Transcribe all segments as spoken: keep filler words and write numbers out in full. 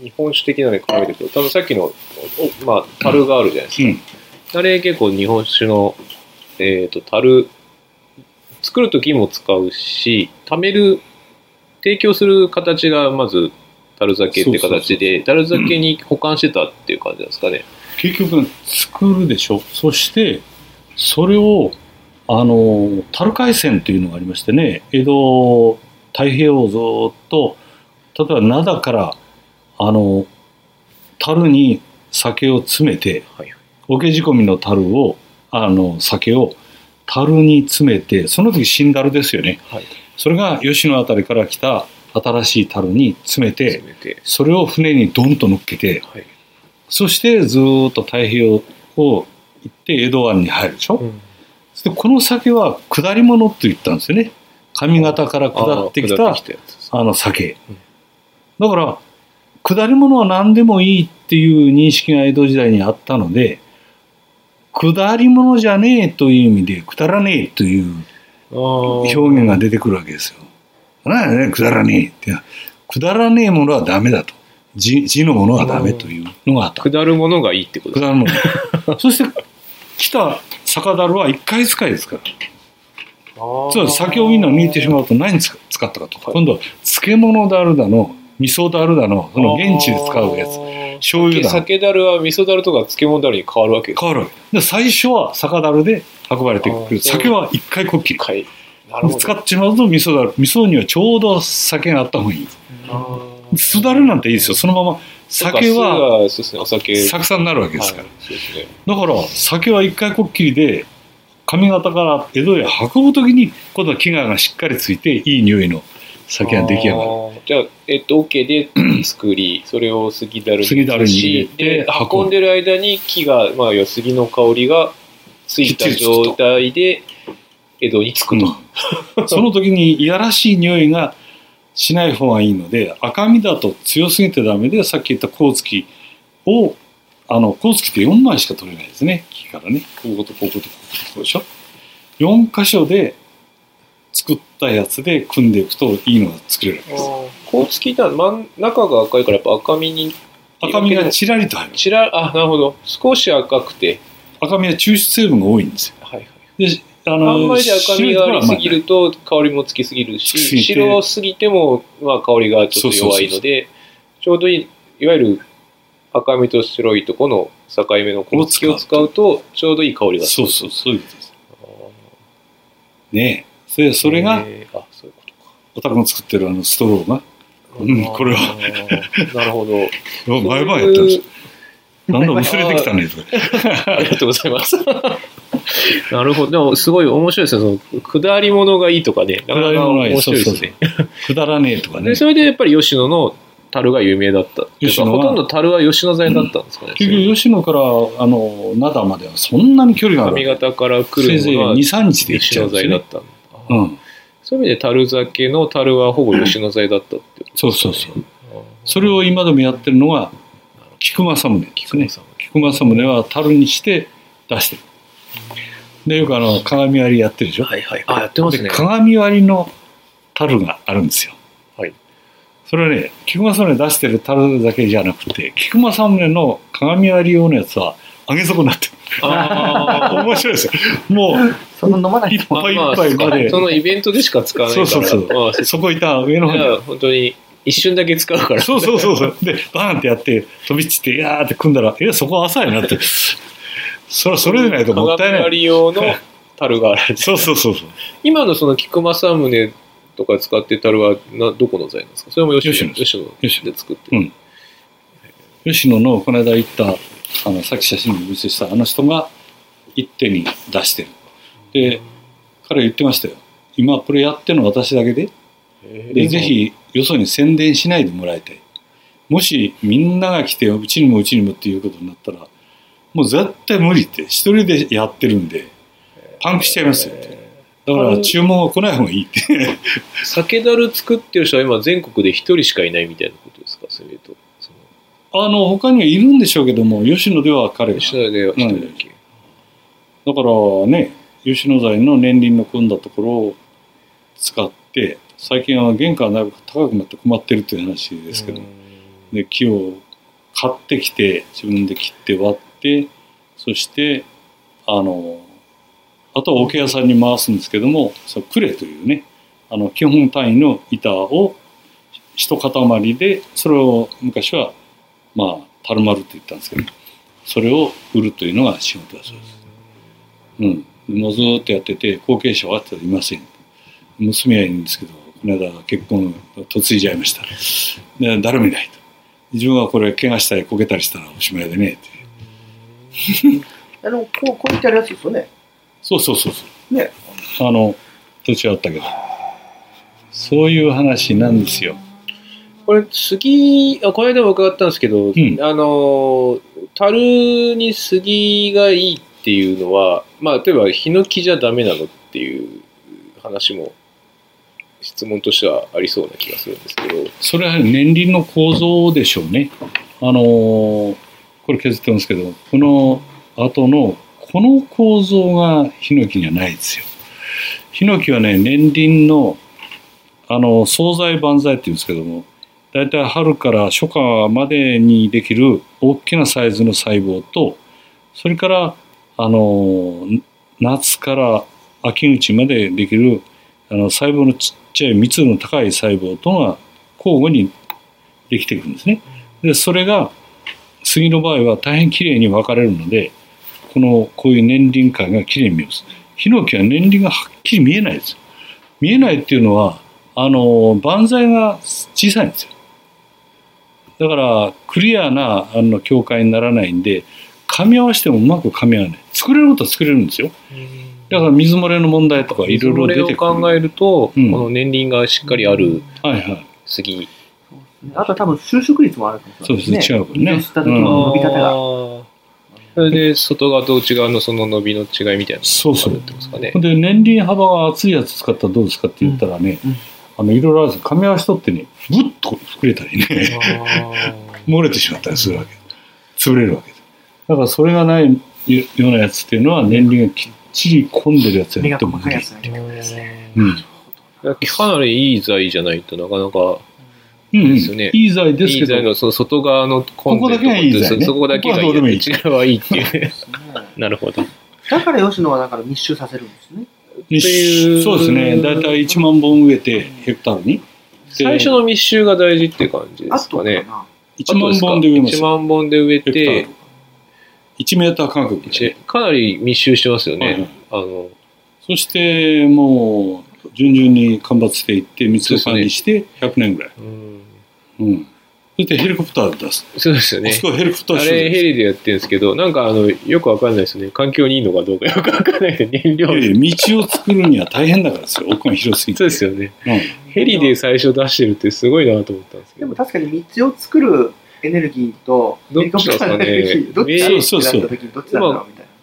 日本酒的なのに考えてると、多分さっきの、まあ、樽があるじゃないですか。うん、あれ結構日本酒の、えーと、樽、作る時も使うし、貯める、提供する形がまず樽酒って形で、樽酒に保管してたっていう感じなんですかね。 結局作るでしょ。そしてそれをあの樽海戦というのがありましてね、江戸太平洋をずっと例えば灘からあの樽に酒を詰めて、はい、桶仕込みの樽をあの酒を樽に詰めて、その時新樽ですよね、はい、それが吉野あたりから来た新しい樽に詰めて、詰めてそれを船にドンと乗っけて、はい、そしてずっと太平洋を行って江戸湾に入るでしょ、うん、でこの酒は下り物って言ったんですよね。上方から下ってきた あ, あの酒、うん、だから下り物は何でもいいっていう認識が江戸時代にあったので、下り物じゃねえという意味で下らねえという表現が出てくるわけですよ。何やね下らねえって、下らねえものはダメだと、字, 字のものはダメというのがあった。 下るものがいいってことですか。 下るものそして来た酒樽はいっかい使いですから。つまり酒をみんな抜いてしまうと何に使ったかと、はい、今度は漬物樽だの味噌樽だの、その現地で使うやつ、醤油だの。酒樽は味噌樽とか漬物樽に変わるわけですか。 変わるわけで、最初は酒樽で運ばれてくる。酒は一回こっきり、はい、なるほど。使ってしまうと味噌樽、味噌にはちょうど酒があった方がいい。酢樽なんていいですよ。そのまま酒は酢酸になるわけですから、はい、そうですね、だから酒は一回こっきりで上方から江戸へ運ぶときに今度は木ががしっかりついていい匂いの酒が出来上がる。 じゃあ、えっと、桶で作りそれを杉樽にしで運んでる間に木が、まあ、要は杉の香りがついた状態で江戸に着くと、 うん、その時にいやらしい匂いがしない方がいいので、赤身だと強すぎてダメで、さっき言った甲付をあの甲付ってよんまいしか取れないですね、木からね。こことこことこことでしょ。よん箇所で作ったやつで組んでいくといいのが作れるわけです。 甲付って真ん中が赤いからやっぱ赤身に赤身がちらりと入る。 ちらあなるほど。少し赤くて赤身は抽出成分が多いんですよ。はいはい。であのあんまりで赤みがありすぎると香りもつきすぎるし、白すぎてもまあ香りがちょっと弱いので、ちょうどいい、いわゆる赤みと白いとこの境目のこの付けを使うとちょうどいい香りがする。 そうそうそういうことです。ねえ、それそれが、えー、あそういうことか。お宅の作ってるあのストローが、うん、これはなるほど。 毎晩やってるんです。だんだん薄れてきたねとか。 ありがとうございます。なるほど。でもすごい面白いですね。その下り物がいいとかね。なかなか面白いですね。 くだらねえとかね。 でそれでやっぱり吉野の樽が有名だった。吉野ほとんど樽は吉野材だったんですかね。 結局吉野からあの灘まではそんなに距離がある。 上方から来るのがに、さんにちで行っちゃうんですね。 吉野材だった。うん。そういう意味で樽酒の樽はほぼ吉野材だったって、ね、 そうそうそう。それを今でもやってるのが菊正宗ですね。菊正宗は樽にして出してる。でよくあの鏡割りやってるでしょ。 はいはい。あやってますね。 鏡割りの樽があるんですよ。 はい。それはね、菊正宗出してる樽酒じゃなくて、菊正宗の鏡割り用のやつは上げ底になってる。ああ面白いですよ。もうその飲まないいっぱいいっぱいまで、 そのイベントでしか使わないから。 そうそうそう。まあ、そこいた上の方に本当に一瞬だけ使うから。 そうそうそうそう。でバーンってやって飛び散ってやーって組んだら、えそこ浅いなって。それはそれでないともったいない。 鏡割り用の樽がある。 そうそうそうそう。 今のその菊正宗とか使って樽はなどこの材なんですか。それも吉野吉野で作ってる。うん。 吉野のこの間行ったあのさっき写真に見せしたあの人が一手に出してる。で彼言ってましたよ。今これやってるの私だけで、でぜひよそに宣伝しないでもらいたい。もしみんなが来てうちにもうちにもっていうことになったらもう絶対無理って一人でやってるんでパンクしちゃいますよって。だから注文は来ない方がいいって酒樽作ってる人は今全国で一人しかいないみたいなことですか。そういうとそのあの他にはいるんでしょうけども吉野では彼が吉野では一人だけ、 うん、だからね吉野材の年輪の組んだところを使って最近は原価がだいぶ高くなって困ってるという話ですけど、 で木を買ってきて自分で切って割って、そしてあのあとは桶屋さんに回すんですけども、そのクレというね、あの基本単位の板を一塊で、それを昔はまあタルマルって言ったんですけど、それを売るというのが仕事だそうです。うん、もうずっとやってて後継者はあってはいません。娘はいるんですけど、この間結婚嫁いじゃいました。で誰もいないと。自分はこれ怪我したりこけたりしたらおしまいでねっていう。 あのこうこういってあるやつですよね。 そうそうそうそうね。 あの土地はあったけど、そういう話なんですよ。 これ杉、あこの間も伺ったんですけど、うん、あの樽に杉がいいっていうのは、まあ、例えばヒノキじゃダメなのっていう話も質問としてはありそうな気がするんですけど、 それは年輪の構造でしょうね。あのこれ削ってますけど、この後のこの構造がヒノキにはないですよ。ヒノキはね、年輪のあの総菜万歳っていうんですけども、だいたい春から初夏までにできる大きなサイズの細胞と、それからあの夏から秋口までできるあの細胞のちっちゃい密度の高い細胞とが交互にできていくんですね。でそれが杉の場合は大変きれいに分かれるので、このこういう年輪界がきれいに見えます。ヒノキは年輪がはっきり見えないですよ。見えないっていうのはあの万歳が小さいんですよ。だからクリアなあの境界にならないんで、噛み合わせてもうまく噛み合わない。作れることは作れるんですよ。だから水漏れの問題とかいろいろ出てくる。 水漏れを考えると、うん、この年輪がしっかりある杉、はいはい、 あとは多分収縮率もあるかもしれないですね。 そうですね、違うね。 吸った時の伸び方が、 うん、それで外側と内側のその伸びの違いみたいなのがあるってことですかね。 そうそう。で年輪幅が厚いやつ使ったらどうですかって言ったらね、うんうん、あのいろいろあるんですよ。噛み合わせとってね、ぐっと膨れたりね漏れてしまったりするわけ、潰れるわけです。だからそれがないようなやつっていうのは年輪がきっちり込んでるやつやってもいい。 かなりいい材じゃないとなかなかですよね。いい材ですけど、 いい材のその外側のコンテンツがいい材ね。 そこだけがいい。内側はいいっていうね。なるほど。 だから吉野はだから密集させるんですね。 密集、そうですね。だいたいいちまんぼん植えてヘクタールに。 最初の密集が大事っていう感じですかね。 いちまんぼんで植えます。 いちまんぼんで植えていちメーター間隔で、ね、 かなり密集してますよね。はいはい、あのそしてもう順々に間伐していって密を管理してひゃくねんぐらい。うん、うん、そしてヘリコプターで出す。 そうですよね。 あそこヘリコプターあれヘリでやってるんですけど、なんかあのよくわかんないですね。環境にいいのかどうかよくわかんないで燃料。 道を作るには大変だからですよ。奥が広すぎて。 そうですよね。うん、ヘリで最初出してるってすごいなと思ったんですけど。 でも確かに道を作るエネルギーとヘリコプターのエネルギーどっちだろうってなった時にどっちなんだろうみたいな。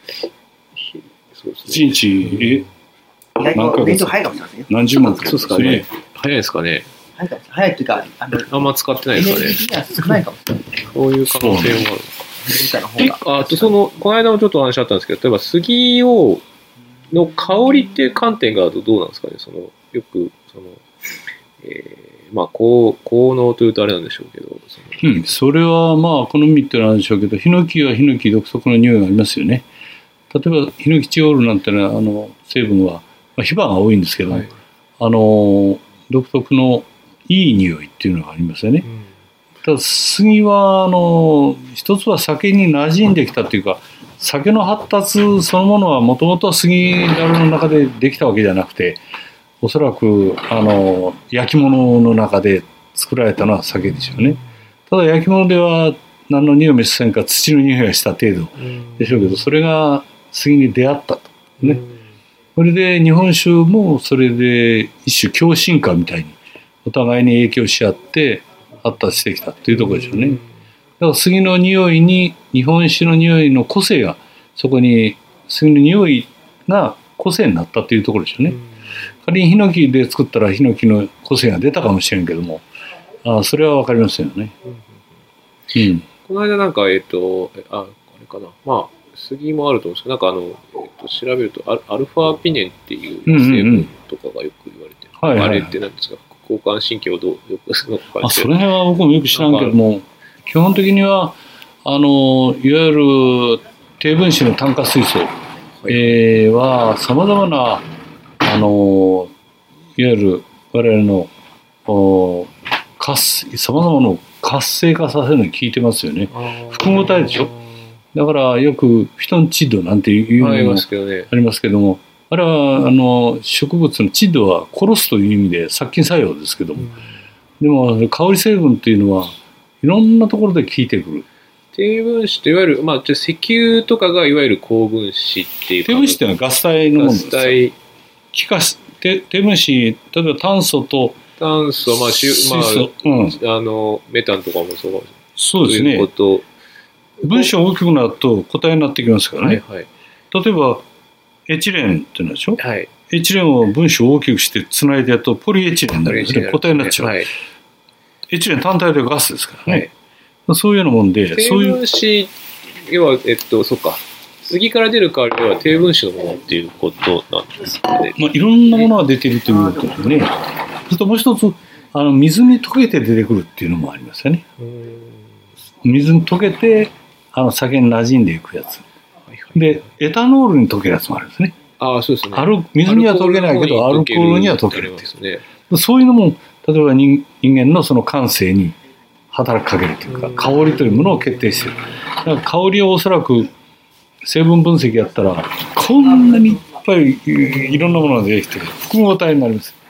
一日え意外と燃料早いかもしれませんよ。 何十万そうですかね。早いですかね。 早いか早いっていうかあのあんま使ってないですかね。 エネルギーには少ないかもしれない。 そういう可能性もある。えあとそのこの間もちょっと話あったんですけど、例えば杉をの香りっていう観点があるとどうなんですかね。そのよくその、えー、まあ効効能というとあれなんでしょうけど、 その、うん、それはまあ好みってなんでしょうけど、ヒノキはヒノキ独特の匂いがありますよね。例えばヒノキチオールなんてのはあの成分は、まあ、ヒバが多いんですけど、はい、あの独特のいい匂いっていうのがありますよね。うん、ただ杉はあの一つは酒に馴染んできたっていうか、酒の発達そのものはもともと杉樽の中でできたわけじゃなくて、おそらくあの焼き物の中で作られたのは酒でしょうね。ただ焼き物では何の匂いもしせんか土の匂いがした程度でしょうけど、それが杉に出会ったとね。それで日本酒もそれで一種共振化みたいにお互いに影響し合って発達してきたというところでしょうね。だから杉の匂いに日本酒の匂いの個性が、そこに杉の匂いが個性になったというところでしょうね。仮にヒノキで作ったらヒノキの個性が出たかもしれんけども、あそれは分かりますよね。うん、 この間なんかえっ、ー、とああれかな、まあ杉もあると思うんですけど、なんかあの、えー、と調べるとアル、アルファピネンっていう成分とかがよく言われてる、 うんうんうん、 あれって何ですか、 交感神経をどうよくあその辺は僕もよく知らんけども、基本的にはあのいわゆる低分子の炭化水素、はいえー、はさまざまなあのいわゆる我々のさまざまな活性化させるのに効いてますよね。複合体でしょ。だからよくフィトンチッドなんていうのもありますけども、あれはあの植物のチッドは殺すという意味で殺菌作用ですけども、うん、でも香り成分っていうのはいろんなところで効いてくる。 低分子といわゆる、まあ、じゃ石油とかがいわゆる高分子っていうか、 低分子っていうのはガス体のものですよ。 ガス体気化低, 低分子、例えば炭素と炭素、まあまあうん、あのメタンとかもそうそうですね。いうこと分子が大きくなると固体になってきますからね。はいはい、例えばエチレンっていうのでしょ、はい、エチレンを分子を大きくしてつないでやるとポリエチレンになるんですね。固体になっちゃう、はい、エチレン単体でガスですからね、はい、そういうようなもんで低分子要はえっとそっか杉から出る香りは低分子のものっていうことなんですかね。 まあ、いろんなものが出ているということでね。それともう一つあの水に溶けて出てくるっていうのもありますよね。水に溶けてあの酒に馴染んでいくやつでエタノールに溶けるやつもあるんですね。 ああそうですね。 アル水には溶けないけどアルコールには溶けるっていう、ね、そういうのも例えば 人, 人間のその感性に働きかけるというか、香りというものを決定している。だから香りをおそらく成分分析やったらこんなにいっぱいいろんなものが出てきて複合体になります。